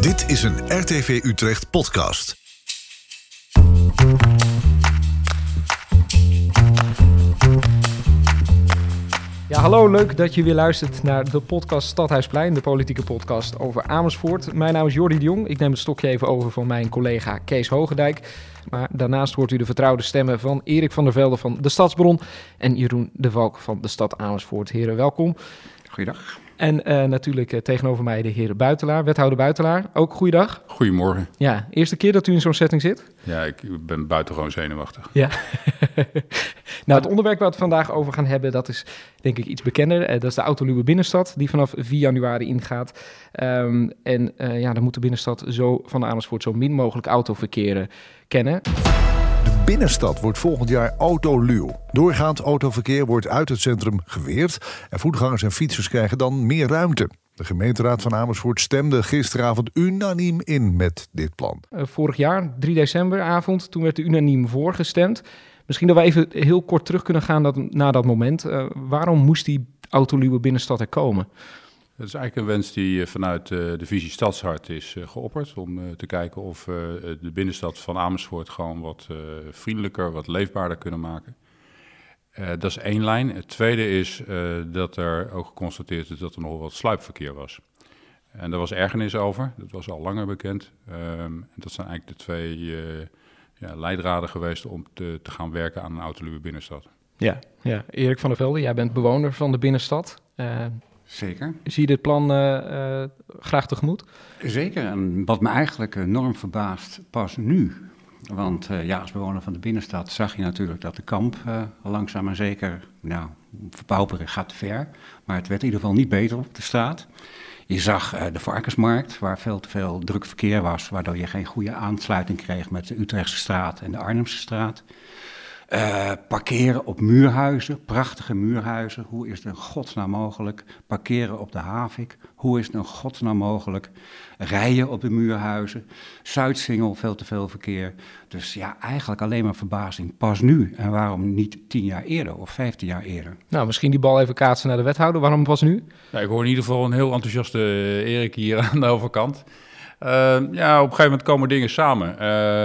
Dit is een RTV Utrecht podcast. Ja, hallo, leuk dat je weer luistert naar de podcast Stadhuisplein, de politieke podcast over Amersfoort. Mijn naam is Jordi de Jong. Ik neem het stokje even over van mijn collega Kees Hogendijk. Maar daarnaast hoort u de vertrouwde stemmen van Erik van der Velde van de Stadsbron en Jeroen de Valk van de stad Amersfoort. Heren, welkom. Goeiedag. En natuurlijk tegenover mij de heer Buitelaar, wethouder Buitelaar. Ook goeiedag. Goedemorgen. Ja, eerste keer dat u in zo'n setting zit? Ja, ik ben buitengewoon zenuwachtig. Ja. Nou, het onderwerp waar we het vandaag over gaan hebben, dat is denk ik iets bekender. Dat is de Autoluwe Binnenstad, die vanaf 4 januari ingaat. Dan moet de binnenstad van Amersfoort zo min mogelijk autoverkeer kennen. De binnenstad wordt volgend jaar autoluw. Doorgaand autoverkeer wordt uit het centrum geweerd en voetgangers en fietsers krijgen dan meer ruimte. De gemeenteraad van Amersfoort stemde gisteravond unaniem in met dit plan. Vorig jaar, 3 decemberavond, toen werd er unaniem voorgestemd. Misschien dat we even heel kort terug kunnen gaan naar dat moment. Waarom moest die autoluwe binnenstad er komen? Het is eigenlijk een wens die vanuit de visie Stadshart is geopperd. Om te kijken of we de binnenstad van Amersfoort gewoon wat vriendelijker, wat leefbaarder kunnen maken. Dat is één lijn. Het tweede is dat er ook geconstateerd is dat er nog wat sluipverkeer was. En daar was ergernis over. Dat was al langer bekend. En dat zijn eigenlijk de twee leidraden geweest om te gaan werken aan een autoluwe binnenstad. Ja, Erik van der Velde, jij bent bewoner van de binnenstad. Zeker. Zie je dit plan graag tegemoet? Zeker, en wat me eigenlijk enorm verbaast pas nu. Want als bewoner van de binnenstad zag je natuurlijk dat de Kamp langzaam maar zeker, verpauperen gaat te ver. Maar het werd in ieder geval niet beter op de straat. Je zag de Varkensmarkt, waar veel te veel druk verkeer was, waardoor je geen goede aansluiting kreeg met de Utrechtse straat en de Arnhemse straat. Parkeren op muurhuizen, prachtige muurhuizen. Hoe is het in godsnaam mogelijk? Parkeren op de Havik. Hoe is het in godsnaam mogelijk? Rijden op de muurhuizen. Zuidsingel, veel te veel verkeer. Dus ja, eigenlijk alleen maar verbazing. Pas nu. En waarom niet 10 jaar eerder of 15 jaar eerder? Nou, misschien die bal even kaatsen naar de wethouder. Waarom pas nu? Ik hoor in ieder geval een heel enthousiaste Erik hier aan de overkant. Op een gegeven moment komen dingen samen.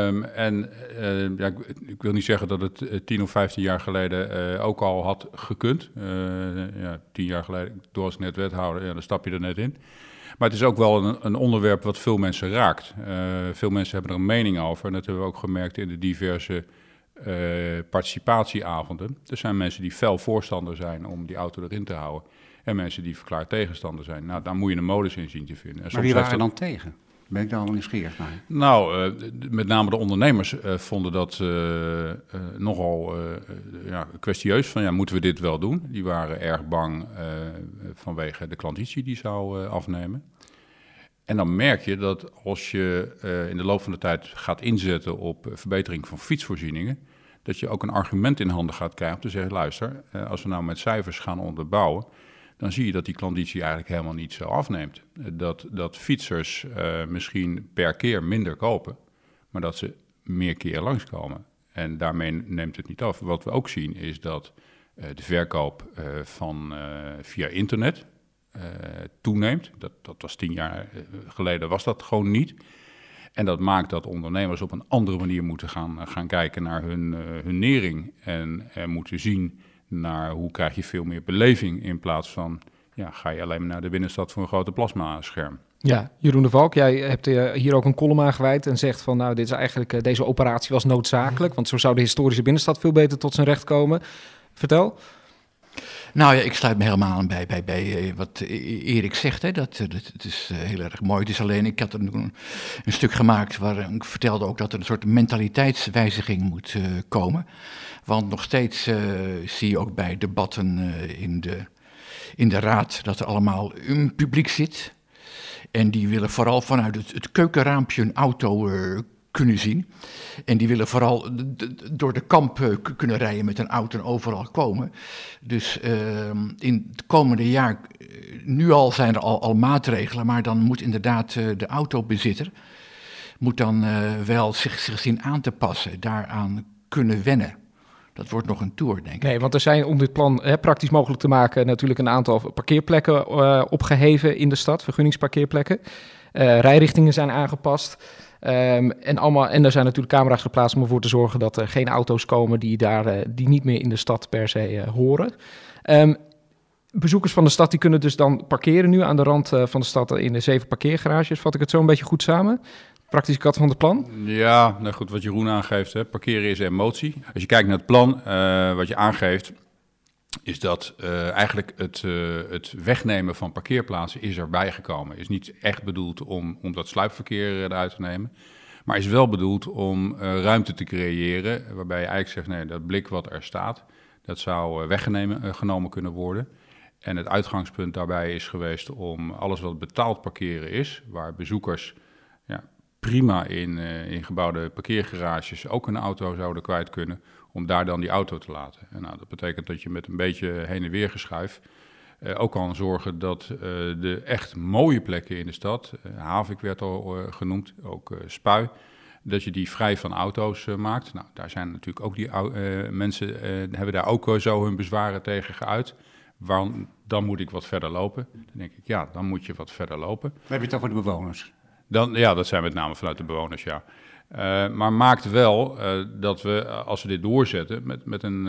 Ik wil niet zeggen dat het 10 of 15 jaar geleden ook al had gekund. 10 jaar geleden, toen was ik net wethouder, dan stap je er net in. Maar het is ook wel een onderwerp wat veel mensen raakt. Veel mensen hebben er een mening over. En dat hebben we ook gemerkt in de diverse participatieavonden. Er zijn mensen die fel voorstander zijn om die auto erin te houden. En mensen die verklaard tegenstander zijn. Nou, daar moet je een modus in zien te vinden. En maar wie waren er dan tegen? Ben ik daar al nieuwsgierig naar? Nou, met name de ondernemers vonden dat nogal kwestieus. Van moeten we dit wel doen? Die waren erg bang vanwege de klanditie die zou afnemen. En dan merk je dat als je in de loop van de tijd gaat inzetten op verbetering van fietsvoorzieningen, dat je ook een argument in handen gaat krijgen om te zeggen, luister, als we nou met cijfers gaan onderbouwen, dan zie je dat die klanditie eigenlijk helemaal niet zo afneemt. Dat fietsers misschien per keer minder kopen, maar dat ze meer keer langskomen. En daarmee neemt het niet af. Wat we ook zien is dat de verkoop via internet toeneemt. Dat was 10 jaar geleden, was dat gewoon niet. En dat maakt dat ondernemers op een andere manier moeten gaan kijken naar hun nering. En moeten zien naar hoe krijg je veel meer beleving in plaats van ga je alleen maar naar de binnenstad voor een grote plasmascherm. Ja, Jeroen de Valk, jij hebt hier ook een column aan gewijd en zegt van dit is eigenlijk, deze operatie was noodzakelijk, want zo zou de historische binnenstad veel beter tot zijn recht komen. Vertel. Nou ja, ik sluit me helemaal aan bij wat Erik zegt. Hè. Dat is heel erg mooi. Het is alleen, ik had er een stuk gemaakt waar ik vertelde ook dat er een soort mentaliteitswijziging moet komen. Want nog steeds zie je ook bij debatten in de raad dat er allemaal een publiek zit. En die willen vooral vanuit het keukenraampje een auto kunnen zien. En die willen vooral door de Kamp kunnen rijden met een auto en overal komen. Dus in het komende jaar, nu al zijn er al maatregelen, maar dan moet inderdaad de autobezitter moet dan wel zich zien aan te passen, daaraan kunnen wennen. Dat wordt nog een tour, denk ik. Nee, want er zijn om dit plan praktisch mogelijk te maken natuurlijk een aantal parkeerplekken opgeheven in de stad, vergunningsparkeerplekken. Rijrichtingen zijn aangepast. En er zijn natuurlijk camera's geplaatst om ervoor te zorgen dat er geen auto's komen die niet meer in de stad per se horen. Bezoekers van de stad die kunnen dus dan parkeren nu aan de rand van de stad in de 7 parkeergarages. Vat ik het zo een beetje goed samen? Praktische kant van het plan? Ja, nou goed, wat Jeroen aangeeft, hè, parkeren is emotie. Als je kijkt naar het plan, wat je aangeeft, is dat eigenlijk het wegnemen van parkeerplaatsen is erbij gekomen. Is niet echt bedoeld om dat sluipverkeer eruit te nemen, maar is wel bedoeld om ruimte te creëren, waarbij je eigenlijk zegt, nee, dat blik wat er staat, dat zou weggenomen kunnen worden. En het uitgangspunt daarbij is geweest om alles wat betaald parkeren is, waar bezoekers prima in gebouwde parkeergarages ook een auto zouden kwijt kunnen, om daar dan die auto te laten. En nou, dat betekent dat je met een beetje heen en weer geschuif ook kan zorgen dat de echt mooie plekken in de stad, Havik werd al genoemd, ook Spui, dat je die vrij van auto's maakt. Nou, daar zijn natuurlijk ook mensen hebben daar ook zo hun bezwaren tegen geuit. Dan moet ik wat verder lopen. Dan denk ik, ja, dan moet je wat verder lopen. We hebben het over de bewoners. Dat zijn met name vanuit de bewoners, ja. Maar maakt wel dat we, als we dit doorzetten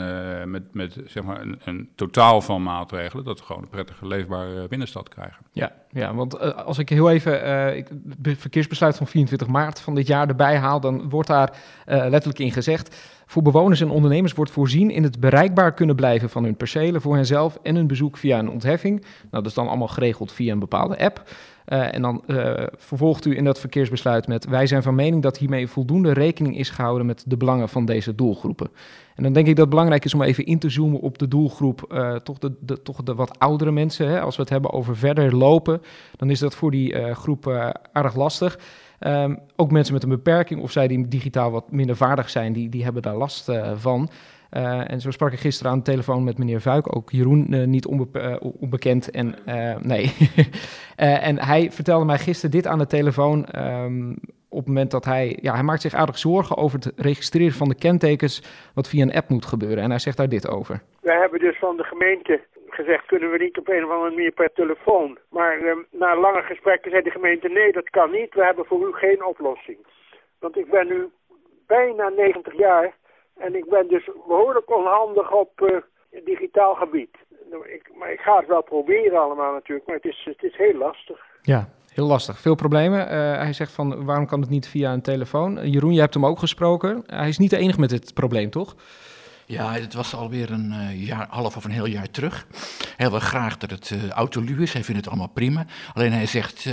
met zeg maar een totaal van maatregelen, dat we gewoon een prettige, leefbare binnenstad krijgen. Ja, want als ik heel even het verkeersbesluit van 24 maart van dit jaar erbij haal, dan wordt daar letterlijk in gezegd: voor bewoners en ondernemers wordt voorzien in het bereikbaar kunnen blijven van hun percelen voor henzelf en hun bezoek via een ontheffing. Nou, dat is dan allemaal geregeld via een bepaalde app. En dan vervolgt u in dat verkeersbesluit met: wij zijn van mening dat hiermee voldoende rekening is gehouden met de belangen van deze doelgroepen. En dan denk ik dat het belangrijk is om even in te zoomen op de doelgroep, toch de wat oudere mensen. Hè? Als we het hebben over verder lopen, dan is dat voor die groep erg lastig. Ook mensen met een beperking of zij die digitaal wat minder vaardig zijn, die hebben daar last van. En zo sprak ik gisteren aan de telefoon met meneer Vuik, ook Jeroen niet onbekend. En en hij vertelde mij gisteren dit aan de telefoon op het moment dat hij maakt zich aardig zorgen over het registreren van de kentekens wat via een app moet gebeuren. En hij zegt daar dit over. Wij hebben dus van de gemeente gezegd, kunnen we niet op een of andere manier per telefoon. Maar na lange gesprekken zei de gemeente, nee, dat kan niet. We hebben voor u geen oplossing. Want ik ben nu bijna 90 jaar en ik ben dus behoorlijk onhandig op digitaal gebied. Maar ik ga het wel proberen allemaal natuurlijk, maar het is heel lastig. Ja, heel lastig. Veel problemen. Hij zegt van, waarom kan het niet via een telefoon? Jeroen, jij hebt hem ook gesproken. Hij is niet de enige met dit probleem, toch? Ja, het was alweer een half of een heel jaar terug. Hij wil graag dat het autoluw is. Hij vindt het allemaal prima. Alleen hij zegt,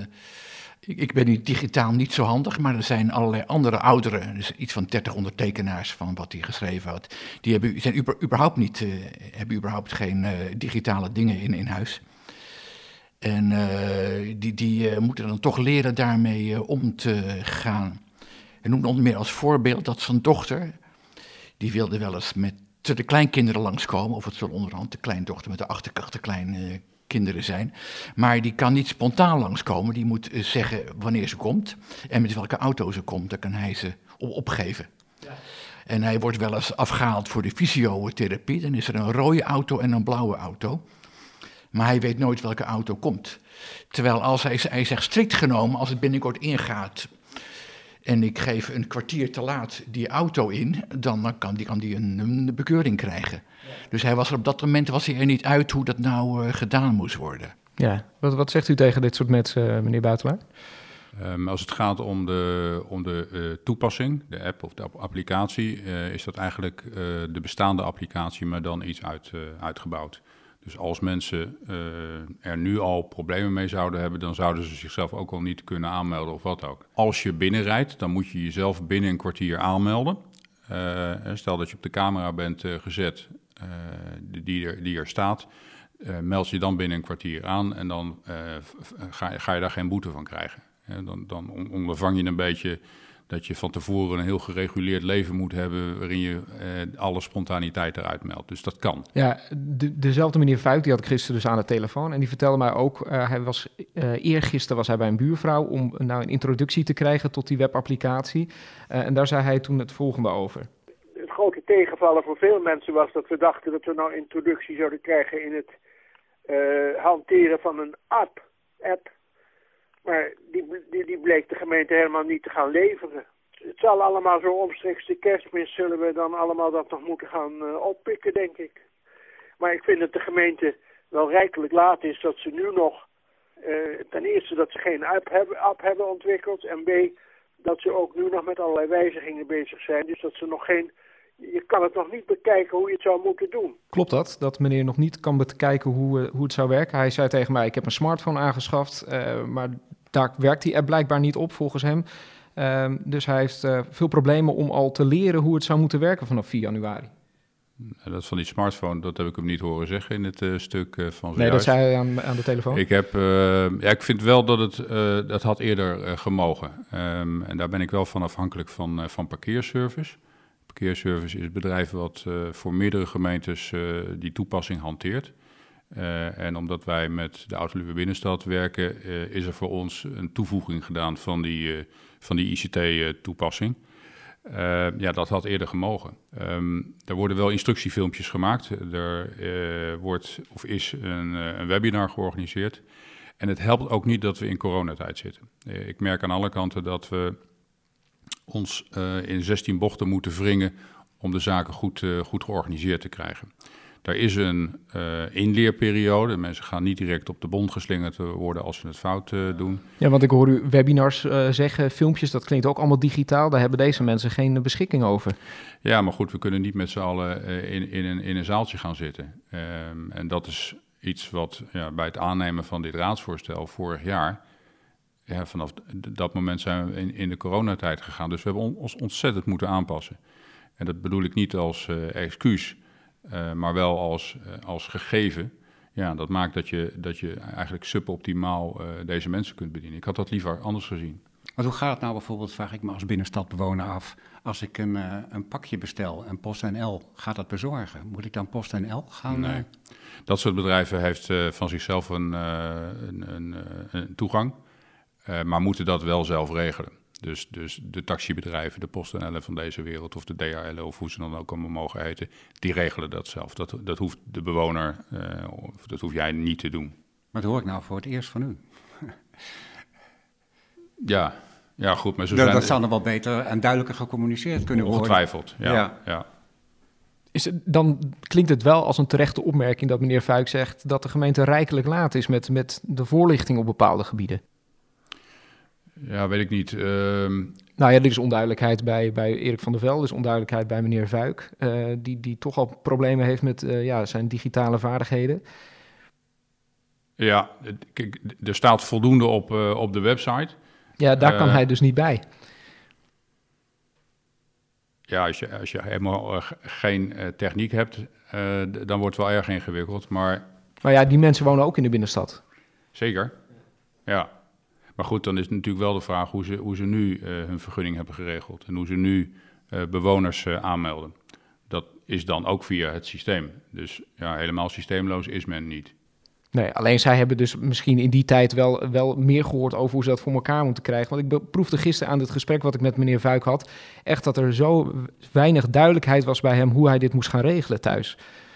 ik ben digitaal niet zo handig, maar er zijn allerlei andere ouderen, dus iets van 30 ondertekenaars van wat hij geschreven had, die hebben überhaupt geen digitale dingen in huis. En die moeten dan toch leren daarmee om te gaan. Hij noemt onder meer als voorbeeld dat zijn dochter, die wilde wel eens met de kleinkinderen langskomen, of het zal onderhand de kleindochter met de achterkleinkinderen zijn. Maar die kan niet spontaan langskomen, die moet zeggen wanneer ze komt en met welke auto ze komt, dan kan hij ze opgeven. Ja. En hij wordt wel eens afgehaald voor de fysiotherapie, dan is er een rode auto en een blauwe auto. Maar hij weet nooit welke auto komt. Terwijl als hij zegt strikt genomen, als het binnenkort ingaat en ik geef een kwartier te laat die auto in, dan kan die een bekeuring krijgen. Ja. Dus op dat moment was hij er niet uit hoe dat nou gedaan moest worden. Ja, wat zegt u tegen dit soort mensen, meneer Buitelaar? Als het gaat om de toepassing, de app of de applicatie, is dat eigenlijk de bestaande applicatie, maar dan iets uitgebouwd. Dus als mensen er nu al problemen mee zouden hebben, dan zouden ze zichzelf ook al niet kunnen aanmelden of wat ook. Als je binnenrijdt, dan moet je jezelf binnen een kwartier aanmelden. Stel dat je op de camera bent gezet die er staat, meld je dan binnen een kwartier aan en dan ga je daar geen boete van krijgen. Dan ondervang je een beetje dat je van tevoren een heel gereguleerd leven moet hebben waarin je alle spontaniteit eruit meldt. Dus dat kan. Ja, dezelfde meneer Vuik, die had ik gisteren dus aan de telefoon. En die vertelde mij ook, eergisteren was hij bij een buurvrouw om een introductie te krijgen tot die webapplicatie. En daar zei hij toen het volgende over. Het grote grote tegenvaller voor veel mensen was dat we dachten dat we nou introductie zouden krijgen in het hanteren van een app. Maar die bleek de gemeente helemaal niet te gaan leveren. Het zal allemaal zo omstreeks de Kerstmis zullen we dan allemaal dat nog moeten gaan oppikken, denk ik. Maar ik vind dat de gemeente wel rijkelijk laat is dat ze nu nog, ten eerste dat ze geen app hebben ontwikkeld en B, dat ze ook nu nog met allerlei wijzigingen bezig zijn. Dus dat ze nog je kan het nog niet bekijken hoe je het zou moeten doen. Klopt dat meneer nog niet kan bekijken hoe het zou werken? Hij zei tegen mij, ik heb een smartphone aangeschaft, maar daar werkt die app blijkbaar niet op volgens hem. Dus hij heeft veel problemen om al te leren hoe het zou moeten werken vanaf 4 januari. Dat van die smartphone, dat heb ik hem niet horen zeggen in het stuk van zojuist. Nee, dat zei hij aan de telefoon. Ik vind wel dat dat had eerder gemogen. En daar ben ik wel van afhankelijk van parkeerservice. Parkeerservice is een bedrijf wat voor meerdere gemeentes die toepassing hanteert. En omdat wij met de Autoluwe Binnenstad werken, is er voor ons een toevoeging gedaan van die ICT-toepassing. Dat had eerder gemogen. Er worden wel instructiefilmpjes gemaakt. Er is een webinar georganiseerd. En het helpt ook niet dat we in coronatijd zitten. Ik merk aan alle kanten dat we ons in 16 bochten moeten wringen om de zaken goed georganiseerd te krijgen. Er is een inleerperiode. Mensen gaan niet direct op de bond geslingerd worden als ze het fout doen. Ja, want ik hoor u webinars zeggen, filmpjes, dat klinkt ook allemaal digitaal. Daar hebben deze mensen geen beschikking over. Ja, maar goed, we kunnen niet met z'n allen in een zaaltje gaan zitten. En dat is iets wat bij het aannemen van dit raadsvoorstel vorig jaar, vanaf dat moment zijn we in de coronatijd gegaan. Dus we hebben ons ontzettend moeten aanpassen. En dat bedoel ik niet als excuus. Maar wel als gegeven. Ja, dat maakt dat je eigenlijk suboptimaal deze mensen kunt bedienen. Ik had dat liever anders gezien. Maar hoe gaat het nou bijvoorbeeld, vraag ik me als binnenstadbewoner af, als ik een pakje bestel en PostNL gaat dat bezorgen? Moet ik dan PostNL gaan? Nee, dat soort bedrijven heeft van zichzelf een toegang, maar moeten dat wel zelf regelen. Dus de taxibedrijven, de PostNL van deze wereld of de DHL of hoe ze dan ook allemaal mogen heten, die regelen dat zelf. Dat hoeft de bewoner, dat hoef jij niet te doen. Maar dat hoor ik nou voor het eerst van u. Ja, goed. Maar dat zou nog wel beter en duidelijker gecommuniceerd kunnen worden. Ongetwijfeld, ja. Dan klinkt het wel als een terechte opmerking dat meneer Fuik zegt dat de gemeente rijkelijk laat is met de voorlichting op bepaalde gebieden. Ja, weet ik niet. Er is onduidelijkheid bij Erik van der Velde, er is onduidelijkheid bij meneer Fuik, die toch al problemen heeft met zijn digitale vaardigheden. Ja, kijk, er staat voldoende op de website. Ja, daar kan hij dus niet bij. Ja, als je helemaal geen techniek hebt, dan wordt het wel erg ingewikkeld. Maar ja, die mensen wonen ook in de binnenstad. Zeker, ja. Maar goed, dan is het natuurlijk wel de vraag hoe ze nu hun vergunning hebben geregeld. En hoe ze nu bewoners aanmelden. Dat is dan ook via het systeem. Dus ja, helemaal systeemloos is men niet. Nee, alleen zij hebben dus misschien in die tijd wel meer gehoord over hoe ze dat voor elkaar moeten krijgen. Want ik proefde gisteren aan dit gesprek wat ik met meneer Fuik had, echt dat er zo weinig duidelijkheid was bij hem hoe hij dit moest gaan regelen thuis.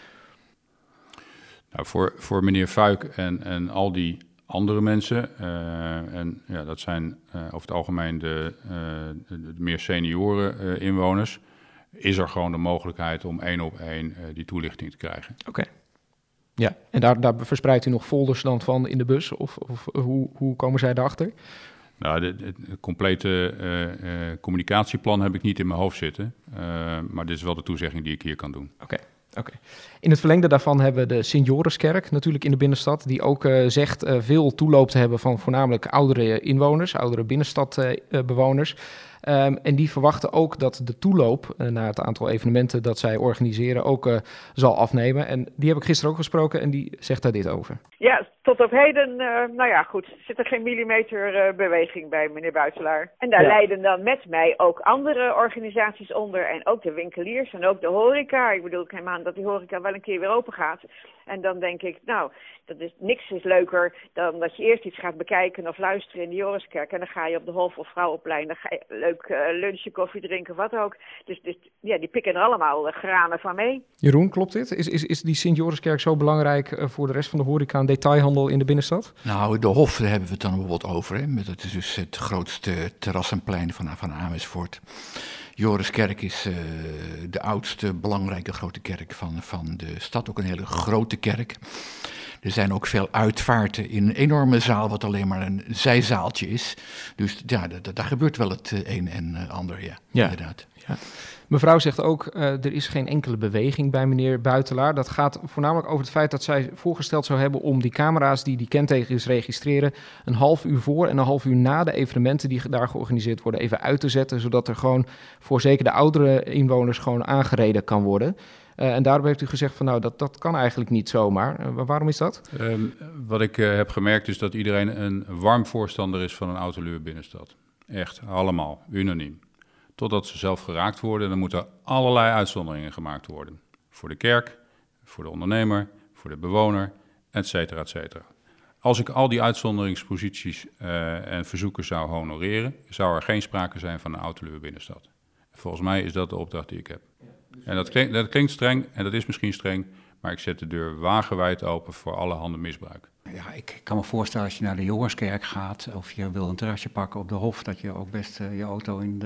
Nou, voor meneer Fuik en al die andere mensen, dat zijn over het algemeen de meer senioren inwoners, is er gewoon de mogelijkheid om 1 op 1 die toelichting te krijgen. Oké. Ja, en daar verspreidt u nog folders dan van in de bus? Of hoe komen zij daarachter? Nou, het complete communicatieplan heb ik niet in mijn hoofd zitten. Maar dit is wel de toezegging die ik hier kan doen. Oké. In het verlengde daarvan hebben we de Senioreskerk natuurlijk in de binnenstad, die ook zegt veel toeloop te hebben van voornamelijk oudere inwoners, oudere binnenstadbewoners. En die verwachten ook dat de toeloop naar het aantal evenementen dat zij organiseren ook zal afnemen. En die heb ik gisteren ook gesproken en die zegt daar dit over. Ja, tot op heden, zit er geen millimeter beweging bij meneer Buitelaar. En daar lijden dan met mij ook andere organisaties onder en ook de winkeliers en ook de horeca. Ik bedoel, ik neem aan dat die horeca wel een keer weer open gaat. En dan denk ik, nou, niks is leuker dan dat je eerst iets gaat bekijken of luisteren in de Joriskerk. En dan ga je op de Hof of Vrouwenplein, dan ga je leuk lunchen, koffie drinken, wat ook. Dus ja, die pikken er allemaal granen van mee. Jeroen, klopt dit? Is die Sint-Joriskerk zo belangrijk voor de rest van de horeca en detailhandel in de binnenstad? Nou, de Hof, daar hebben we het dan bijvoorbeeld over. Hè? Dat is dus het grootste terrassenplein van Amersfoort. Joriskerk is de oudste, belangrijke grote kerk van de stad. Ook een hele grote kerk. Er zijn ook veel uitvaarten in een enorme zaal, wat alleen maar een zijzaaltje is. Dus ja, daar gebeurt wel het een en ander, ja. Inderdaad. Ja. Mevrouw zegt ook, er is geen enkele beweging bij meneer Buitelaar. Dat gaat voornamelijk over het feit dat zij voorgesteld zou hebben om die camera's die kentekens registreren een half uur voor en een half uur na de evenementen die daar georganiseerd worden even uit te zetten, zodat er gewoon voor zeker de oudere inwoners gewoon aangereden kan worden. En daarom heeft u gezegd van nou, dat kan eigenlijk niet zomaar. Waarom is dat? Wat ik heb gemerkt is dat iedereen een warm voorstander is van een autoluur binnenstad. Echt, allemaal, unaniem. Totdat ze zelf geraakt worden, dan moeten allerlei uitzonderingen gemaakt worden. Voor de kerk, voor de ondernemer, voor de bewoner, et cetera, et cetera. Als ik al die uitzonderingsposities en verzoeken zou honoreren, zou er geen sprake zijn van een autoluur binnenstad. Volgens mij is dat de opdracht die ik heb. En dat klinkt streng, en dat is misschien streng, maar ik zet de deur wagenwijd open voor allerhande misbruik. Ja, ik kan me voorstellen als je naar de Joriskerk gaat of je wil een terrasje pakken op de Hof, dat je ook best je auto in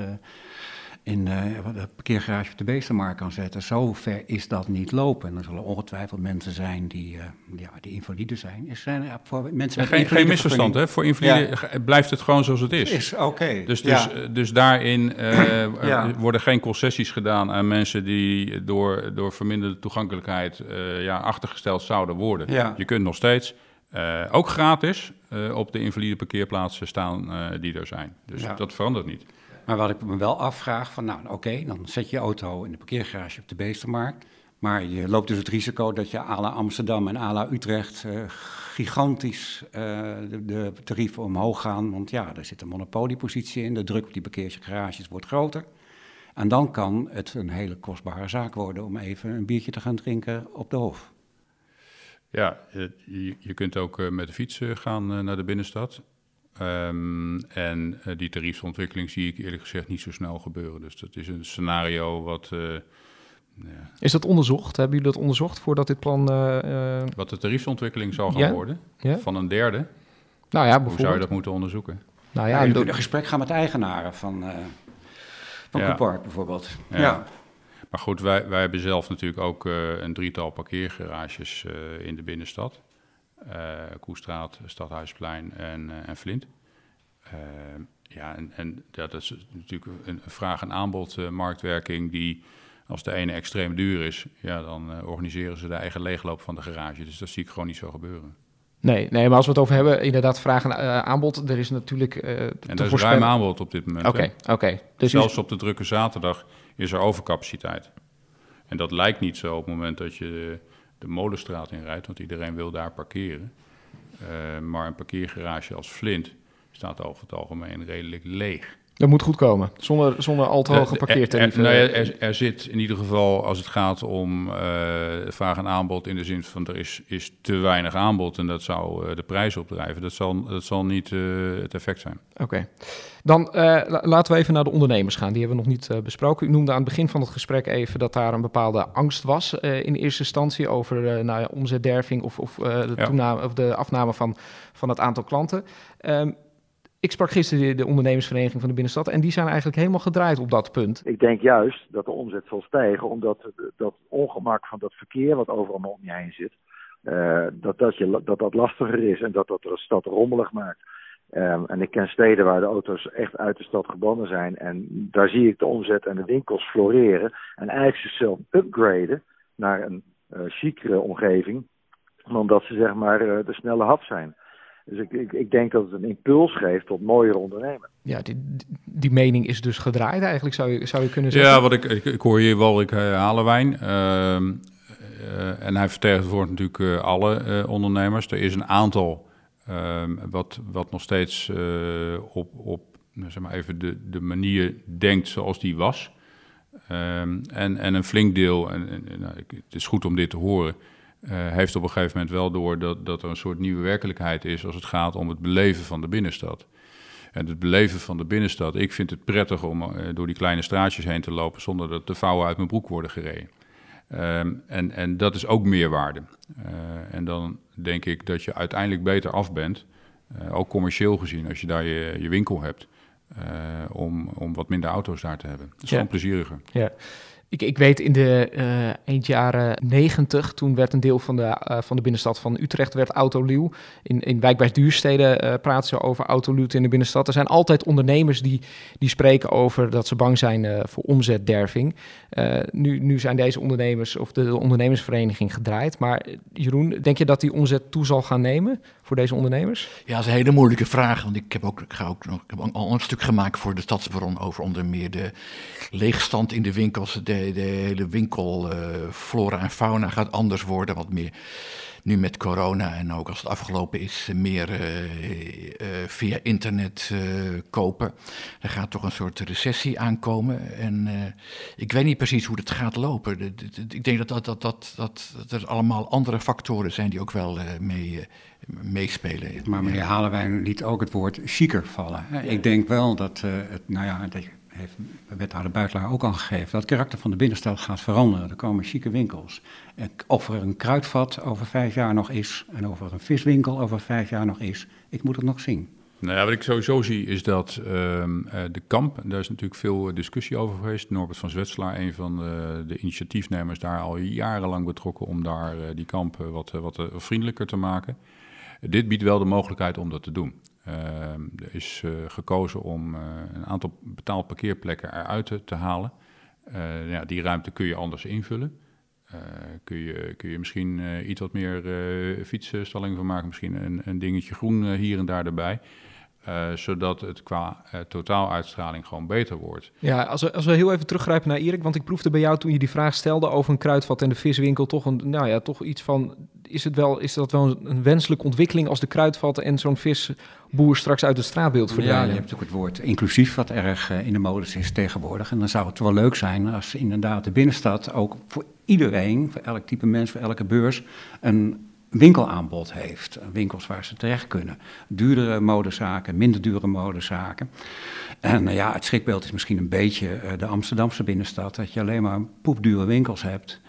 de parkeergarage op de Beestermarkt kan zetten. Zo ver is dat niet lopen. En er zullen ongetwijfeld mensen zijn die invalide zijn. Voor mensen geen misverstand, hè? Voor invalide blijft het gewoon zoals het is. Is oké. Dus daarin worden geen concessies gedaan aan mensen die door verminderde toegankelijkheid achtergesteld zouden worden. Ja. Je kunt nog steeds ook gratis op de invalide parkeerplaatsen staan die er zijn. Dus dat verandert niet. Maar wat ik me wel afvraag, dan zet je auto in de parkeergarage op de Beestermarkt. Maar je loopt dus het risico dat je à la Amsterdam en à la Utrecht gigantisch de tarieven omhoog gaan. Want ja, er zit een monopoliepositie in, de druk op die parkeergarages wordt groter. En dan kan het een hele kostbare zaak worden om even een biertje te gaan drinken op de Hof. Ja, je kunt ook met de fiets gaan naar de binnenstad. En die tariefsontwikkeling zie ik eerlijk gezegd niet zo snel gebeuren. Dus dat is een scenario wat... Is dat onderzocht? Hebben jullie dat onderzocht voordat dit plan... Wat de tariefsontwikkeling zal gaan worden? Ja? Van een derde? Nou ja, bijvoorbeeld. Hoe zou je dat moeten onderzoeken? Nou ja, je kunt een gesprek gaan met eigenaren van Copark bijvoorbeeld. Ja. Maar goed, wij hebben zelf natuurlijk ook een drietal parkeergarages in de binnenstad. Koestraat, Stadhuisplein en Flint. En dat is natuurlijk een vraag- en aanbod marktwerking die, als de ene extreem duur is, dan organiseren ze de eigen leegloop van de garage. Dus dat zie ik gewoon niet zo gebeuren. Nee, maar als we het over hebben, inderdaad, vraag en aanbod, er is natuurlijk... en er is ruim aanbod op dit moment. Oké. Dus zelfs op de drukke zaterdag is er overcapaciteit. En dat lijkt niet zo op het moment dat je de Molenstraat inrijdt, want iedereen wil daar parkeren. Maar een parkeergarage als Flint staat over het algemeen redelijk leeg. Dat moet goed komen, zonder al te hoge parkeertarieven. Er zit in ieder geval, als het gaat om vraag en aanbod, in de zin van er is te weinig aanbod en dat zou de prijs opdrijven. Dat zal niet het effect zijn. Oké. Dan laten we even naar de ondernemers gaan. Die hebben we nog niet besproken. U noemde aan het begin van het gesprek even dat daar een bepaalde angst was in eerste instantie over omzetderving of de afname van het aantal klanten. Ik sprak gisteren de ondernemersvereniging van de binnenstad en die zijn eigenlijk helemaal gedraaid op dat punt. Ik denk juist dat de omzet zal stijgen omdat dat ongemak van dat verkeer wat overal om je heen zit, dat lastiger is en dat de stad rommelig maakt. En ik ken steden waar de auto's echt uit de stad gebannen zijn en daar zie ik de omzet en de winkels floreren en eigenlijk zichzelf upgraden naar een chicere omgeving, omdat ze zeg maar de snelle hap zijn. Dus ik denk dat het een impuls geeft tot mooiere ondernemen. Ja, die mening is dus gedraaid eigenlijk, zou je kunnen zeggen. Ja, wat ik hoor hier Walrik Halewijn. En hij vertegenwoordigt natuurlijk alle ondernemers. Er is een aantal wat nog steeds op zeg maar even de manier denkt zoals die was. En een flink deel, het is goed om dit te horen, heeft op een gegeven moment wel door dat er een soort nieuwe werkelijkheid is als het gaat om het beleven van de binnenstad. En het beleven van de binnenstad, ik vind het prettig om door die kleine straatjes heen te lopen zonder dat de vouwen uit mijn broek worden gereden. En dat is ook meerwaarde. En dan denk ik dat je uiteindelijk beter af bent, ook commercieel gezien, als je daar je winkel hebt, om wat minder auto's daar te hebben. Dat is gewoon plezieriger. Ja. Ik weet in de eind jaren 90, toen werd een deel van de binnenstad van Utrecht werd autoluw. In wijk bij Duurstede praten ze over autoluw in de binnenstad. Er zijn altijd ondernemers die spreken over dat ze bang zijn voor omzetderving. Nu zijn deze ondernemers of de ondernemersvereniging gedraaid. Maar Jeroen, denk je dat die omzet toe zal gaan nemen voor deze ondernemers? Ja, dat is een hele moeilijke vraag. Want ik heb al een stuk gemaakt voor de Stadsbaron over onder meer de leegstand in de winkels. De hele winkel, flora en fauna gaat anders worden, wat meer nu met corona en ook als het afgelopen is, meer via internet kopen. Er gaat toch een soort recessie aankomen en ik weet niet precies hoe het gaat lopen. Ik denk dat er allemaal andere factoren zijn die ook wel meespelen. Maar meneer Halewijn liet ook het woord chiquer vallen. Hè? Ik denk wel dat heeft wethouder Buitelaar ook al gegeven, dat het karakter van de binnenstad gaat veranderen. Er komen chique winkels. Of er een kruidvat over 5 jaar nog is en of er een viswinkel over 5 jaar nog is, ik moet het nog zien. Nou ja, wat ik sowieso zie is dat de Kamp, daar is natuurlijk veel discussie over geweest. Norbert van Zwetselaar, een van de initiatiefnemers, daar al jarenlang betrokken om daar die Kamp wat vriendelijker te maken. Dit biedt wel de mogelijkheid om dat te doen. Er is gekozen om een aantal betaald parkeerplekken eruit te halen. Die ruimte kun je anders invullen. Kun je misschien iets wat meer fietsstalling van maken. Misschien een dingetje groen hier en daar erbij. Zodat het qua totaaluitstraling gewoon beter wordt. Ja, als we heel even teruggrijpen naar Erik, want ik proefde bij jou toen je die vraag stelde over een kruidvat en de viswinkel toch iets van, is dat wel een wenselijke ontwikkeling als de kruidvatten en zo'n visboer straks uit het straatbeeld verdwijnen? Ja, je hebt ook het woord inclusief wat erg in de modus is tegenwoordig. En dan zou het wel leuk zijn als inderdaad de binnenstad ook voor iedereen, voor elk type mens, voor elke beurs, een winkelaanbod heeft. Winkels waar ze terecht kunnen. Duurdere modezaken, minder dure modezaken. En het schrikbeeld is misschien een beetje de Amsterdamse binnenstad, dat je alleen maar poepdure winkels hebt.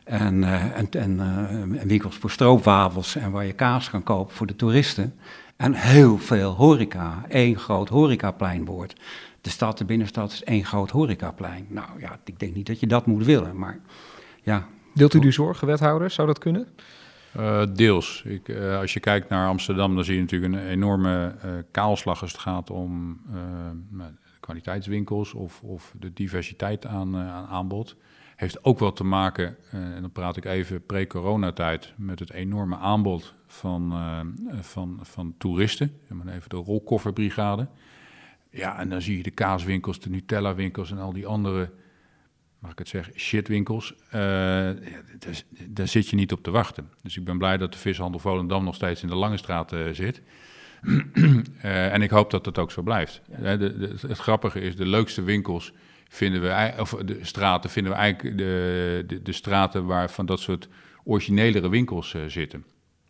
En winkels voor stroopwafels en waar je kaas kan kopen voor de toeristen. En heel veel horeca. 1 groot horecaplein wordt. De binnenstad is 1 groot horecaplein. Nou ja, ik denk niet dat je dat moet willen, maar ja. Deelt u die zorgen, wethouder? Zou dat kunnen? Deels. Als je kijkt naar Amsterdam, dan zie je natuurlijk een enorme kaalslag als het gaat om kwaliteitswinkels of de diversiteit aan aanbod. Heeft ook wel te maken, en dan praat ik even pre-coronatijd, met het enorme aanbod van toeristen. Even de rolkofferbrigade. Ja, en dan zie je de kaaswinkels, de Nutella-winkels en al die andere, mag ik het zeggen, shitwinkels. Daar zit je niet op te wachten. Dus ik ben blij dat de vishandel Volendam nog steeds in de Langestraat zit. En ik hoop dat dat ook zo blijft. Ja. Het grappige is, de leukste winkels vinden we, of de straten vinden we eigenlijk de straten waar van dat soort originelere winkels zitten.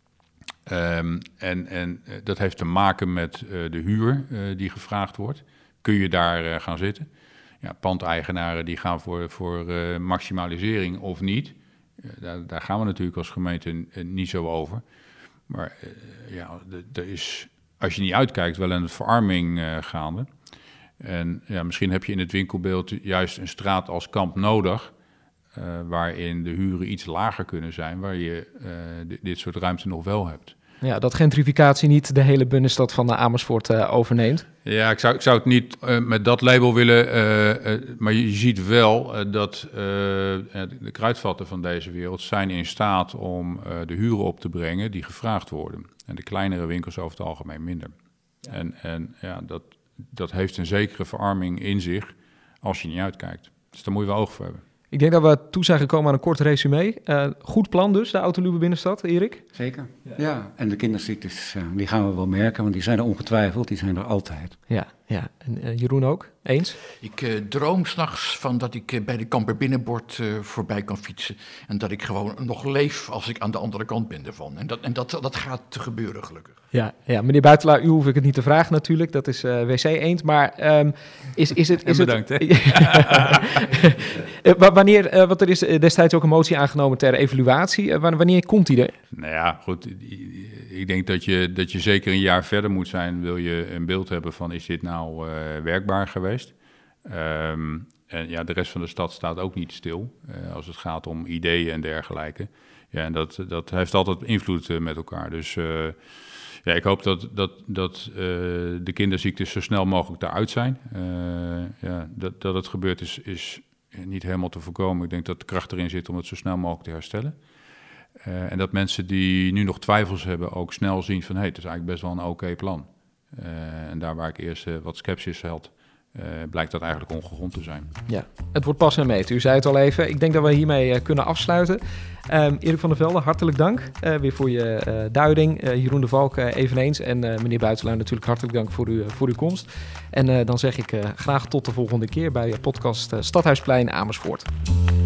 En dat heeft te maken met de huur die gevraagd wordt. Kun je daar gaan zitten? Ja, pandeigenaren die gaan voor maximalisering of niet. Daar gaan we natuurlijk als gemeente niet zo over. Maar er is, als je niet uitkijkt, wel een verarming gaande. En ja, misschien heb je in het winkelbeeld juist een straat als Kamp nodig, waarin de huren iets lager kunnen zijn, waar je dit soort ruimte nog wel hebt. Ja, dat gentrificatie niet de hele binnenstad van Amersfoort overneemt. Ja, ik zou het niet met dat label willen, maar je ziet wel dat de kruidvatten van deze wereld zijn in staat om de huren op te brengen die gevraagd worden. En de kleinere winkels over het algemeen minder. Ja. En dat heeft een zekere verarming in zich als je niet uitkijkt. Dus daar moet je wel oog voor hebben. Ik denk dat we toe zijn gekomen aan een kort resume. Goed plan dus, de autoluwe binnenstad, Erik? Zeker, ja. En de kinderziektes, die gaan we wel merken, want die zijn er ongetwijfeld, die zijn er altijd. Ja, Ja, en Jeroen ook? Eens? Ik droom 's nachts van dat ik bij de Kamperbinnenbord voorbij kan fietsen. En dat ik gewoon nog leef als ik aan de andere kant ben ervan. En dat gaat te gebeuren, gelukkig. Ja, meneer Buitelaar, u hoef ik het niet te vragen natuurlijk. Dat is WC Eend. Maar is het... bedankt, hè? Wanneer, want er is destijds ook een motie aangenomen ter evaluatie. Wanneer komt die er? Nou ja, goed. Ik denk dat je zeker een jaar verder moet zijn. Wil je een beeld hebben van, is dit nou werkbaar geweest? En ja, de rest van de stad staat ook niet stil als het gaat om ideeën en dergelijke. Ja, en dat heeft altijd invloed met elkaar. Dus ja, ik hoop dat de kinderziektes zo snel mogelijk daaruit zijn. Ja, dat het gebeurt is niet helemaal te voorkomen. Ik denk dat de kracht erin zit om het zo snel mogelijk te herstellen. En dat mensen die nu nog twijfels hebben ook snel zien van, het is eigenlijk best wel een oké plan. En daar waar ik eerst wat sceptisch had, blijkt dat eigenlijk ongegrond te zijn. Ja, het wordt pas en meten. U zei het al even. Ik denk dat we hiermee kunnen afsluiten. Erik van der Velde, hartelijk dank weer voor je duiding. Jeroen de Valk eveneens. En meneer Buitelaar natuurlijk hartelijk dank voor uw komst. En dan zeg ik graag tot de volgende keer bij podcast Stadhuisplein Amersfoort.